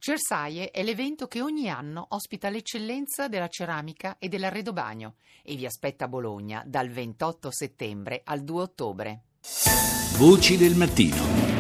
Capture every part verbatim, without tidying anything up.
Cersaie è l'evento che ogni anno ospita l'eccellenza della ceramica e dell'arredobagno e vi aspetta a Bologna dal ventotto settembre al due ottobre. Voci del mattino.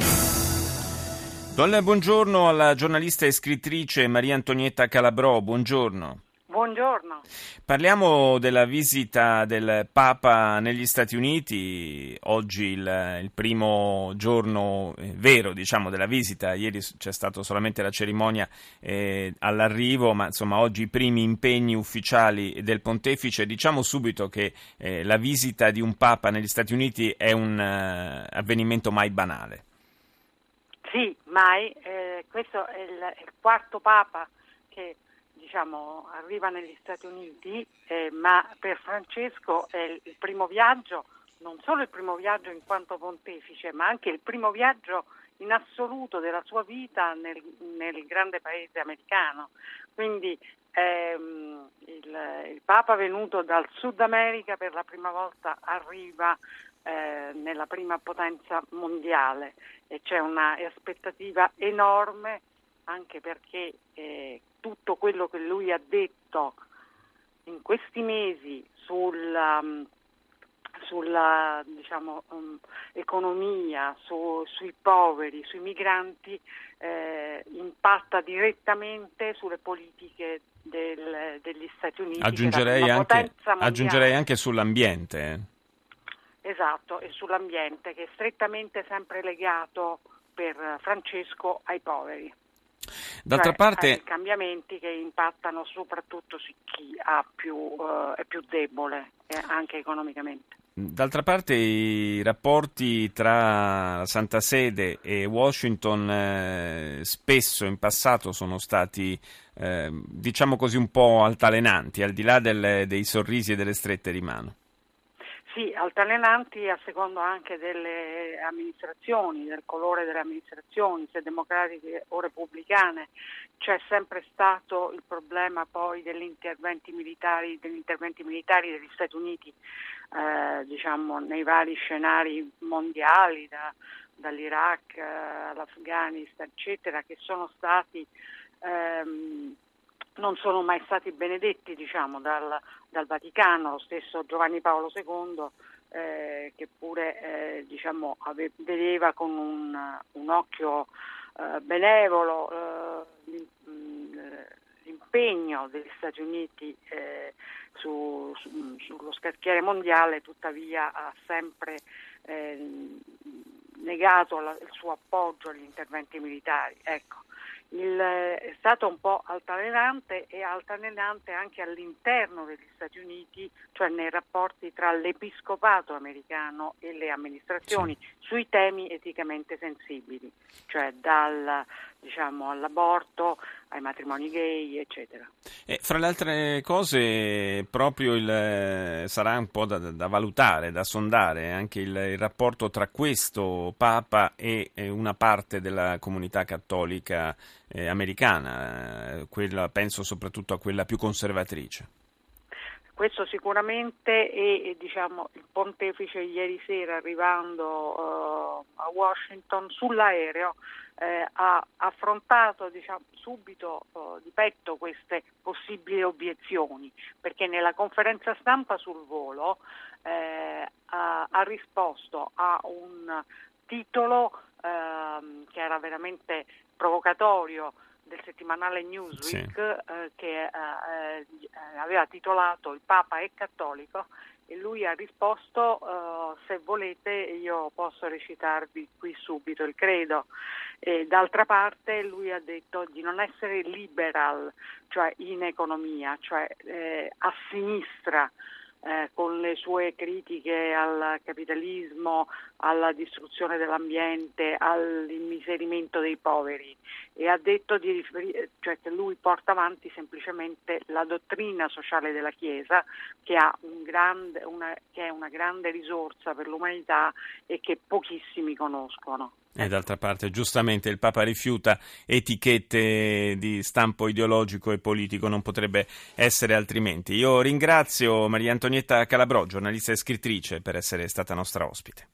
Do il buongiorno alla giornalista e scrittrice Maria Antonietta Calabrò. Buongiorno. Buongiorno. Parliamo della visita del Papa negli Stati Uniti. Oggi il, il primo giorno eh, vero, diciamo, della visita. Ieri c'è stata solamente la cerimonia eh, all'arrivo, ma insomma oggi i primi impegni ufficiali del Pontefice. Diciamo subito che eh, la visita di un Papa negli Stati Uniti è un uh, avvenimento mai banale. Sì, mai. Eh, questo è il, il quarto Papa che diciamo arriva negli Stati Uniti, eh, ma per Francesco è il, il primo viaggio, non solo il primo viaggio in quanto pontefice, ma anche il primo viaggio in assoluto della sua vita nel, nel grande paese americano. Quindi ehm, il, il Papa venuto dal Sud America per la prima volta arriva eh, nella prima potenza mondiale e c'è una aspettativa enorme, anche perché eh, tutto quello che lui ha detto in questi mesi sulla, sulla diciamo, um, economia, su, sui poveri, sui migranti, eh, impatta direttamente sulle politiche del, degli Stati Uniti. Aggiungerei anche, aggiungerei anche sull'ambiente. Esatto, e sull'ambiente, che è strettamente sempre legato per Francesco ai poveri. D'altra cioè, parte, ai cambiamenti che impattano soprattutto su chi ha più, uh, è più debole, eh, anche economicamente. D'altra parte i rapporti tra la Santa Sede e Washington eh, spesso in passato sono stati, eh, diciamo così, un po' altalenanti, al di là del, dei sorrisi e delle strette di mano. Sì, altalenanti a secondo anche delle amministrazioni, del colore delle amministrazioni, se democratiche o repubblicane. C'è sempre stato il problema poi degli interventi militari, degli interventi militari degli Stati Uniti, eh, diciamo nei vari scenari mondiali, da, dall'Iraq all'Afghanistan, eccetera, che sono stati ehm, non sono mai stati benedetti, diciamo, dal, dal Vaticano. Lo stesso Giovanni Paolo secondo, eh, che pure eh, diciamo, ave, vedeva con un, un occhio eh, benevolo eh, l'impegno degli Stati Uniti eh, su, su, sullo scacchiere mondiale, tuttavia ha sempre eh, negato la, il suo appoggio agli interventi militari. Ecco. Il, è stato un po' altalenante e altalenante anche all'interno degli Stati Uniti, cioè nei rapporti tra l'episcopato americano e le amministrazioni, sì, sui temi eticamente sensibili, cioè dal diciamo all'aborto ai matrimoni gay, eccetera. E fra le altre cose, proprio il sarà un po' da, da valutare, da sondare anche il, il rapporto tra questo Papa e, e una parte della comunità cattolica eh, americana, eh, quella, penso soprattutto a quella più conservatrice. Questo sicuramente, e diciamo il pontefice ieri sera arrivando uh, a Washington sull'aereo eh, ha affrontato diciamo, subito uh, di petto queste possibili obiezioni, perché nella conferenza stampa sul volo eh, ha, ha risposto a un titolo uh, che era veramente provocatorio del settimanale Newsweek, sì, eh, che eh, eh, aveva titolato "Il Papa è cattolico", e lui ha risposto eh, "se volete io posso recitarvi qui subito il credo". E d'altra parte lui ha detto di non essere liberal, cioè in economia, cioè eh, a sinistra, Eh, con le sue critiche al capitalismo, alla distruzione dell'ambiente, all'immiserimento dei poveri, e ha detto di riferire, cioè che lui porta avanti semplicemente la dottrina sociale della Chiesa, che ha un grande, una, che è una grande risorsa per l'umanità e che pochissimi conoscono. E d'altra parte, giustamente, il Papa rifiuta etichette di stampo ideologico e politico, non potrebbe essere altrimenti. Io ringrazio Maria Antonietta Calabrò, giornalista e scrittrice, per essere stata nostra ospite.